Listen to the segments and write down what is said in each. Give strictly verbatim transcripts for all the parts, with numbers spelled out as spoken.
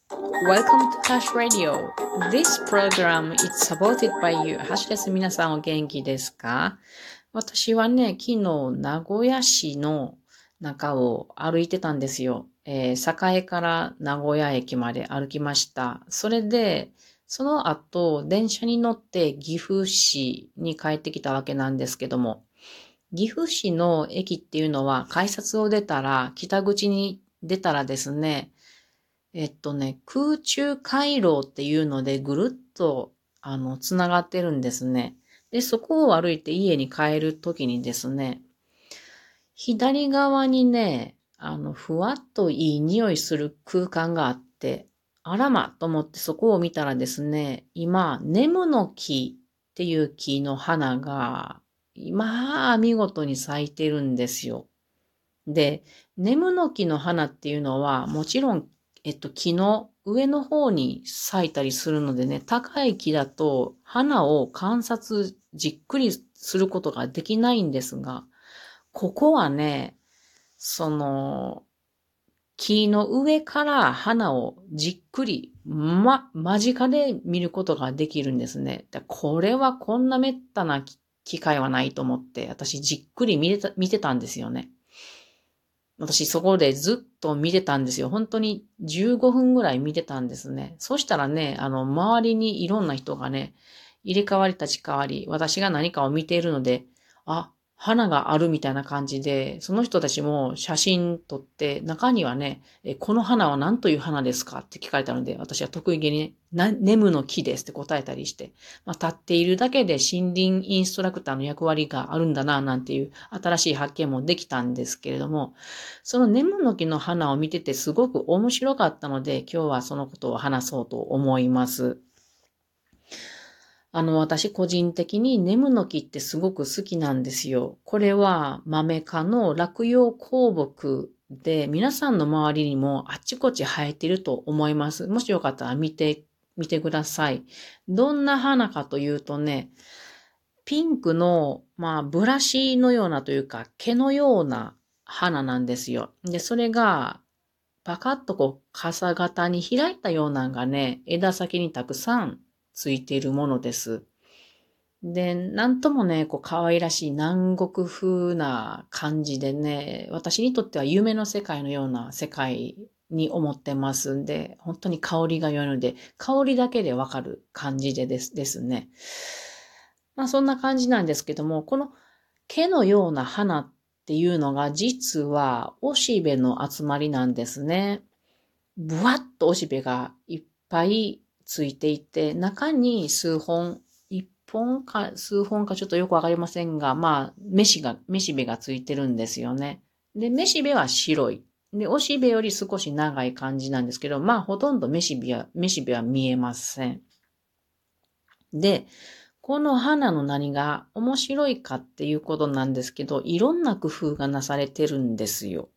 Welcome to Hash Radio. This program is supported by you.ハッシュです。皆さんお元気ですか？私はね、昨日名古屋市の中を歩いてたんですよ。えー、栄から名古屋駅まで歩きました。それで、その後、電車に乗って岐阜市に帰ってきたわけなんですけども、岐阜市の駅っていうのは改札を出たら、北口に出たらですね、えっとね、空中回廊っていうのでぐるっと、あの、つながってるんですね。で、そこを歩いて家に帰るときにですね、左側にね、あの、ふわっといい匂いする空間があって、あらまと思ってそこを見たらですね、今、ネムの木っていう木の花が、まあ、見事に咲いてるんですよ。で、ネムの木の花っていうのは、もちろん、えっと、木の上の方に咲いたりするのでね、高い木だと花を観察じっくりすることができないんですが、ここはね、その、木の上から花をじっくり、ま、間近で見ることができるんですね。これはこんな滅多な機会はないと思って、私じっくり見てた、見てたんですよね。私そこでずっと見てたんですよ。本当にじゅうごふんぐらい見てたんですね。そしたらね、あの、周りにいろんな人がね、入れ替わり立ち替わり、私が何かを見ているので、あ、花があるみたいな感じで、その人たちも写真撮って、中にはね、えこの花は何という花ですかって聞かれたので、私は得意げにね、なネムの木ですって答えたりして、まあ、立っているだけで森林インストラクターの役割があるんだな、なんていう新しい発見もできたんですけれども、そのネムの木の花を見ててすごく面白かったので、今日はそのことを話そうと思います。あの、私個人的にネムの木ってすごく好きなんですよ。これはマメ科の落葉香木で、皆さんの周りにもあっちこっち生えていると思います。もしよかったら見て、見てください。どんな花かというとね、ピンクの、まあ、ブラシのようなというか、毛のような花なんですよ。で、それが、パカッとこう、傘型に開いたようなのがね、枝先にたくさんついているものです。で、なんともね、こう、可愛らしい南国風な感じでね、私にとっては夢の世界のような世界に思ってますんで、本当に香りが良いので、香りだけでわかる感じでですですね。まあそんな感じなんですけども、この毛のような花っていうのが実はおしべの集まりなんですね。ぶわっとおしべがいっぱいついていて、中に数本、一本か数本かちょっとよくわかりませんが、まあ、めしが、めしべがついてるんですよね。で、めしべは白い。で、おしべより少し長い感じなんですけど、まあ、ほとんどめしべは、めしべは見えません。で、この花の何が面白いかっていうことなんですけど、いろんな工夫がなされてるんですよ。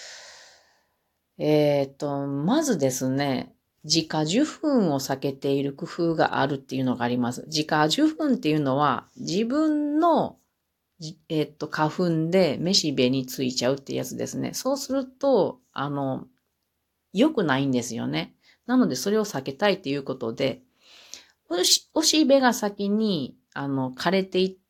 えっと、まずですね、自家受粉を避けている工夫があるっていうのがあります。自家受粉っていうのは自分の、えっと、花粉でめしべについちゃうってやつですね。そうすると、あの、良くないんですよね。なのでそれを避けたいっていうことで、おし、おしべが先に、あの、枯れていって、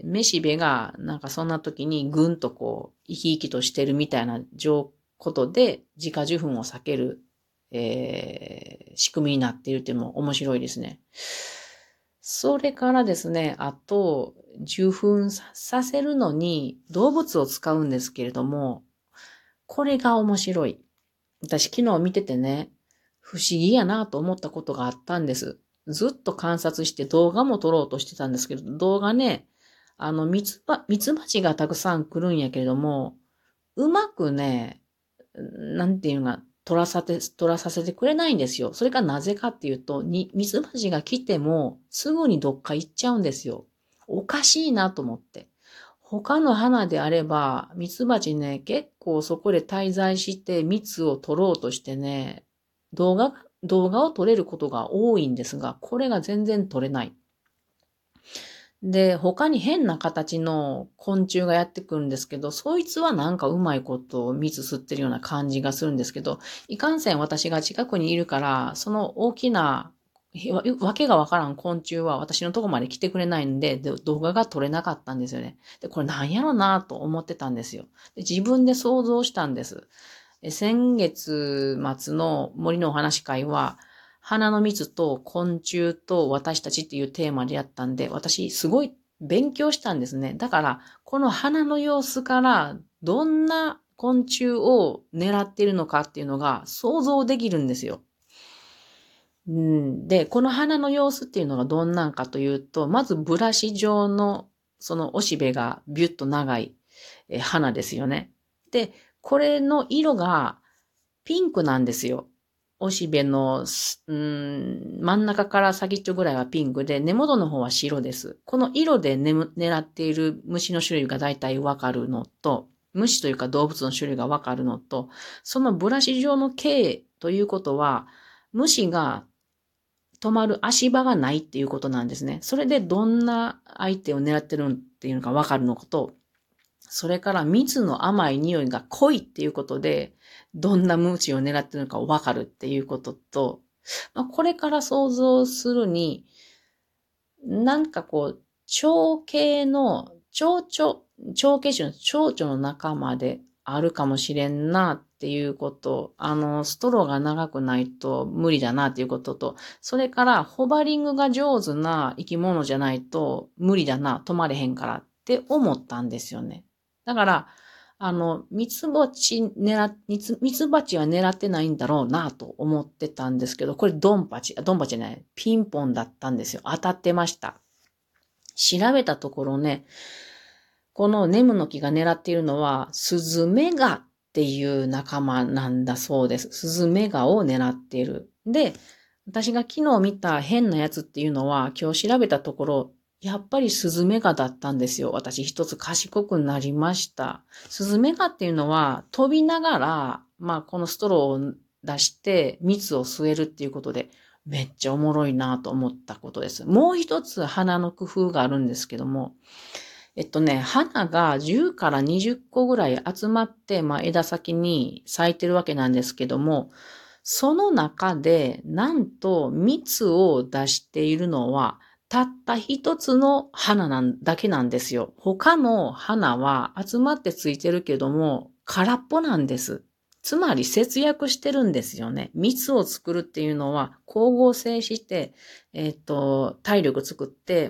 めしべが、なんかそんな時にぐんとこう、生き生きとしてるみたいな状ことで、自家受粉を避ける、えー、仕組みになっているっていうのも面白いですね。それからですね、あと、受粉させるのに動物を使うんですけれども、これが面白い。私昨日見ててね、不思議やなと思ったことがあったんです。ずっと観察して動画も撮ろうとしてたんですけど、動画ね、あの、ミツバ、ミツバチがたくさん来るんやけれども、うまくね、なんていうのが、撮らさて、撮らさせてくれないんですよ。それがなぜかっていうと、に、ミツバチが来ても、すぐにどっか行っちゃうんですよ。おかしいなと思って。他の花であれば、ミツバチね、結構そこで滞在して蜜を取ろうとしてね、動画、動画を撮れることが多いんですが、これが全然撮れない。 で、他に変な形の昆虫がやってくるんですけど、そいつはなんかうまいことを蜜吸ってるような感じがするんですけど、いかんせん私が近くにいるから、その大きな、わわけがわからん昆虫は私のとこまで来てくれないんで、で動画が撮れなかったんですよね。で、これなんやろなと思ってたんですよ。で、自分で想像したんです。先月末の森のお話会は、花の蜜と昆虫と私たちっていうテーマでやったんで、私すごい勉強したんですね。だから、この花の様子からどんな昆虫を狙っているのかっていうのが想像できるんですよ。うん、で、この花の様子っていうのがどんなんかというと、まずブラシ状のそのおしべがビュッと長い花ですよね。で、これの色がピンクなんですよ。おしべの、うん、真ん中から先っちょぐらいはピンクで、根元の方は白です。この色で、ね、狙っている虫の種類がだいたいわかるのと、虫というか動物の種類がわかるのと、そのブラシ状の径ということは、虫が止まる足場がないっていうことなんですね。それでどんな相手を狙ってるっていうのかわかるのと、それから蜜の甘い匂いが濃いっていうことで、どんな虫を狙ってるのかわかるっていうことと、まあ、これから想像するに、なんかこう、蝶系の、蝶々、蝶系種の蝶々の仲間であるかもしれんなっていうこと、あの、ストローが長くないと無理だなっていうことと、それからホバリングが上手な生き物じゃないと無理だな、止まれへんからって思ったんですよね。だから、あの、ミツバチ狙、ミツ、ミツバチは狙ってないんだろうなと思ってたんですけど、これドンパチ、ドンパチじゃない、ピンポンだったんですよ。当たってました。調べたところね、このネムの木が狙っているのは、スズメガっていう仲間なんだそうです。スズメガを狙っている。で、私が昨日見た変なやつっていうのは、今日調べたところ、やっぱりスズメガだったんですよ。私一つ賢くなりました。スズメガっていうのは飛びながら、まあこのストローを出して蜜を吸えるっていうことで、めっちゃおもろいなと思ったことです。もう一つ花の工夫があるんですけども、えっとね、花がじゅうからにじゅっこぐらい集まって、まあ枝先に咲いてるわけなんですけども、その中で、なんと蜜を出しているのは、たった一つの花なんだけなんですよ。他の花は集まってついてるけども、空っぽなんです。つまり節約してるんですよね。蜜を作るっていうのは、光合成して、えっと、体力作って、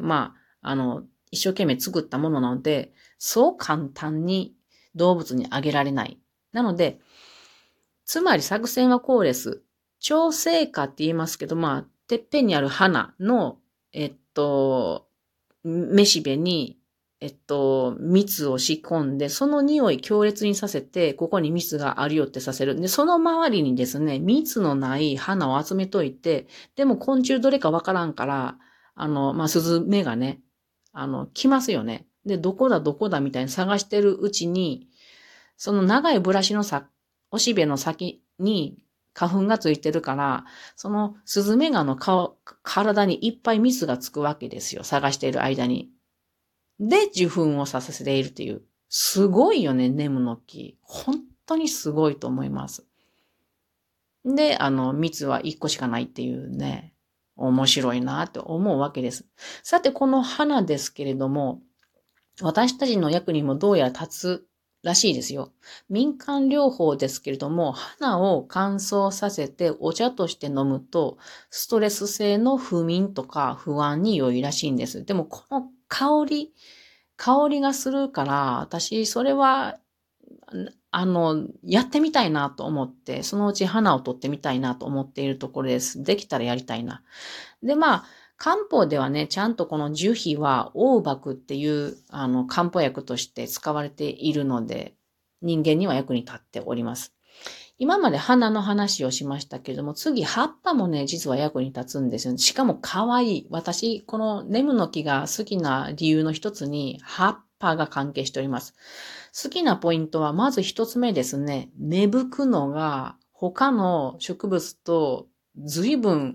まあ、あの、一生懸命作ったものなので、そう簡単に動物にあげられない。なので、つまり作戦はこうです。調整花って言いますけど、まあ、てっぺんにある花の、えっと、めしべに、えっと、蜜を仕込んで、その匂い強烈にさせて、ここに蜜があるよってさせる。で、その周りにですね、蜜のない花を集めといて、でも昆虫どれかわからんから、あの、まあ、スズメがね、あの、来ますよね。で、どこだどこだみたいに探してるうちに、その長いブラシのさ、おしべの先に花粉がついてるから、そのスズメガの顔、体にいっぱい蜜がつくわけですよ。探している間に。で、受粉をさせているっていう。すごいよね、ネムの木。本当にすごいと思います。で、あの、蜜はいっこしかないっていうね、面白いなって思うわけです。さて、この花ですけれども、私たちの役にもどうやら立つらしいですよ。民間療法ですけれども、花を乾燥させてお茶として飲むと、ストレス性の不眠とか不安に良いらしいんです。でもこの香り、香りがするから、私、それは、あの、やってみたいなと思って、そのうち花を取ってみたいなと思っているところです。できたらやりたいな。で、まあ、漢方ではね、ちゃんとこの樹皮は黄麦っていう、あの、漢方薬として使われているので、人間には役に立っております。今まで花の話をしましたけれども、次、葉っぱもね、実は役に立つんですよね。しかも可愛い。私、このネムの木が好きな理由の一つに、葉っぱが関係しております。好きなポイントは、まず一つ目ですね。芽吹くのが、他の植物と随分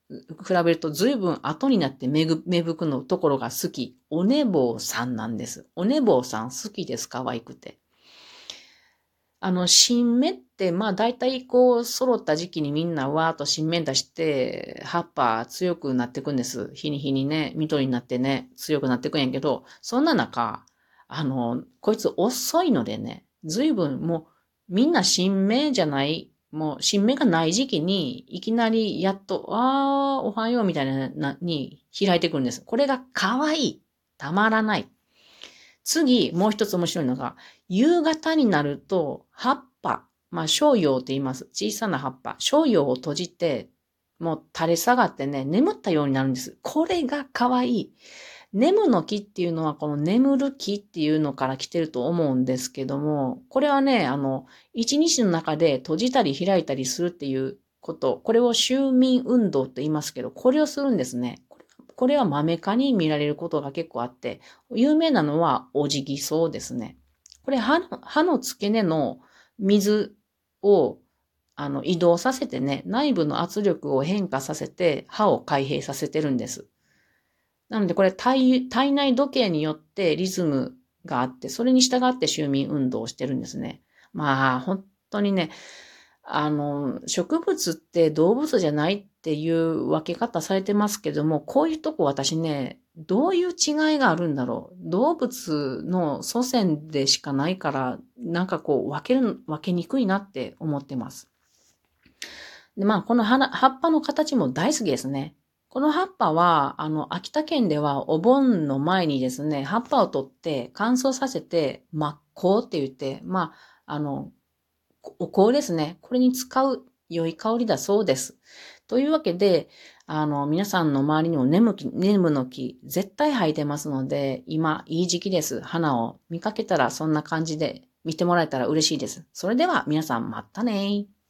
比べると随分後になって芽吹くのところが好き。おねぼうさんなんです。おねぼうさん好きです。可愛くて。あの、新芽って、まあ大体こう、揃った時期にみんなわーっと新芽出して、葉っぱ強くなっていくんです。日に日にね、緑になってね、強くなっていくんやけど、そんな中、あの、こいつ遅いのでね、随分もう、みんな新芽じゃない、もう新芽がない時期に、いきなりやっと、あー、おはようみたいな、なに開いてくるんです。これが可愛い。たまらない。次、もう一つ面白いのが、夕方になると、葉っぱ、まあ、小葉って言います。小さな葉っぱ。小葉を閉じて、もう垂れ下がってね、眠ったようになるんです。これが可愛い。眠の木っていうのは、この眠る木っていうのから来てると思うんですけども、これはね、あの、一日の中で閉じたり開いたりするっていうこと、これを秋眠運動って言いますけど、これをするんですね。これはマメ科に見られることが結構あって、有名なのはオジギソウですね。これ歯の、歯の付け根の水をあの移動させてね、内部の圧力を変化させて歯を開閉させてるんです。なのでこれ 体, 体内時計によってリズムがあって、それに従って秋眠運動をしてるんですね。まあ本当にね、あの、植物って動物じゃないっていう分け方されてますけども、こういうとこ私ね、どういう違いがあるんだろう。動物の祖先でしかないから、なんかこう分ける、分けにくいなって思ってます。で、まあ、この葉葉っぱの形も大好きですね。この葉っぱは、あの、秋田県ではお盆の前にですね、葉っぱを取って乾燥させて、真っ向って言って、まあ、あの、お香ですね。これに使う良い香りだそうです。というわけで、あの、皆さんの周りにもネムネムの木、絶対生えてますので、今、いい時期です。花を見かけたらそんな感じで見てもらえたら嬉しいです。それでは皆さん、またねー。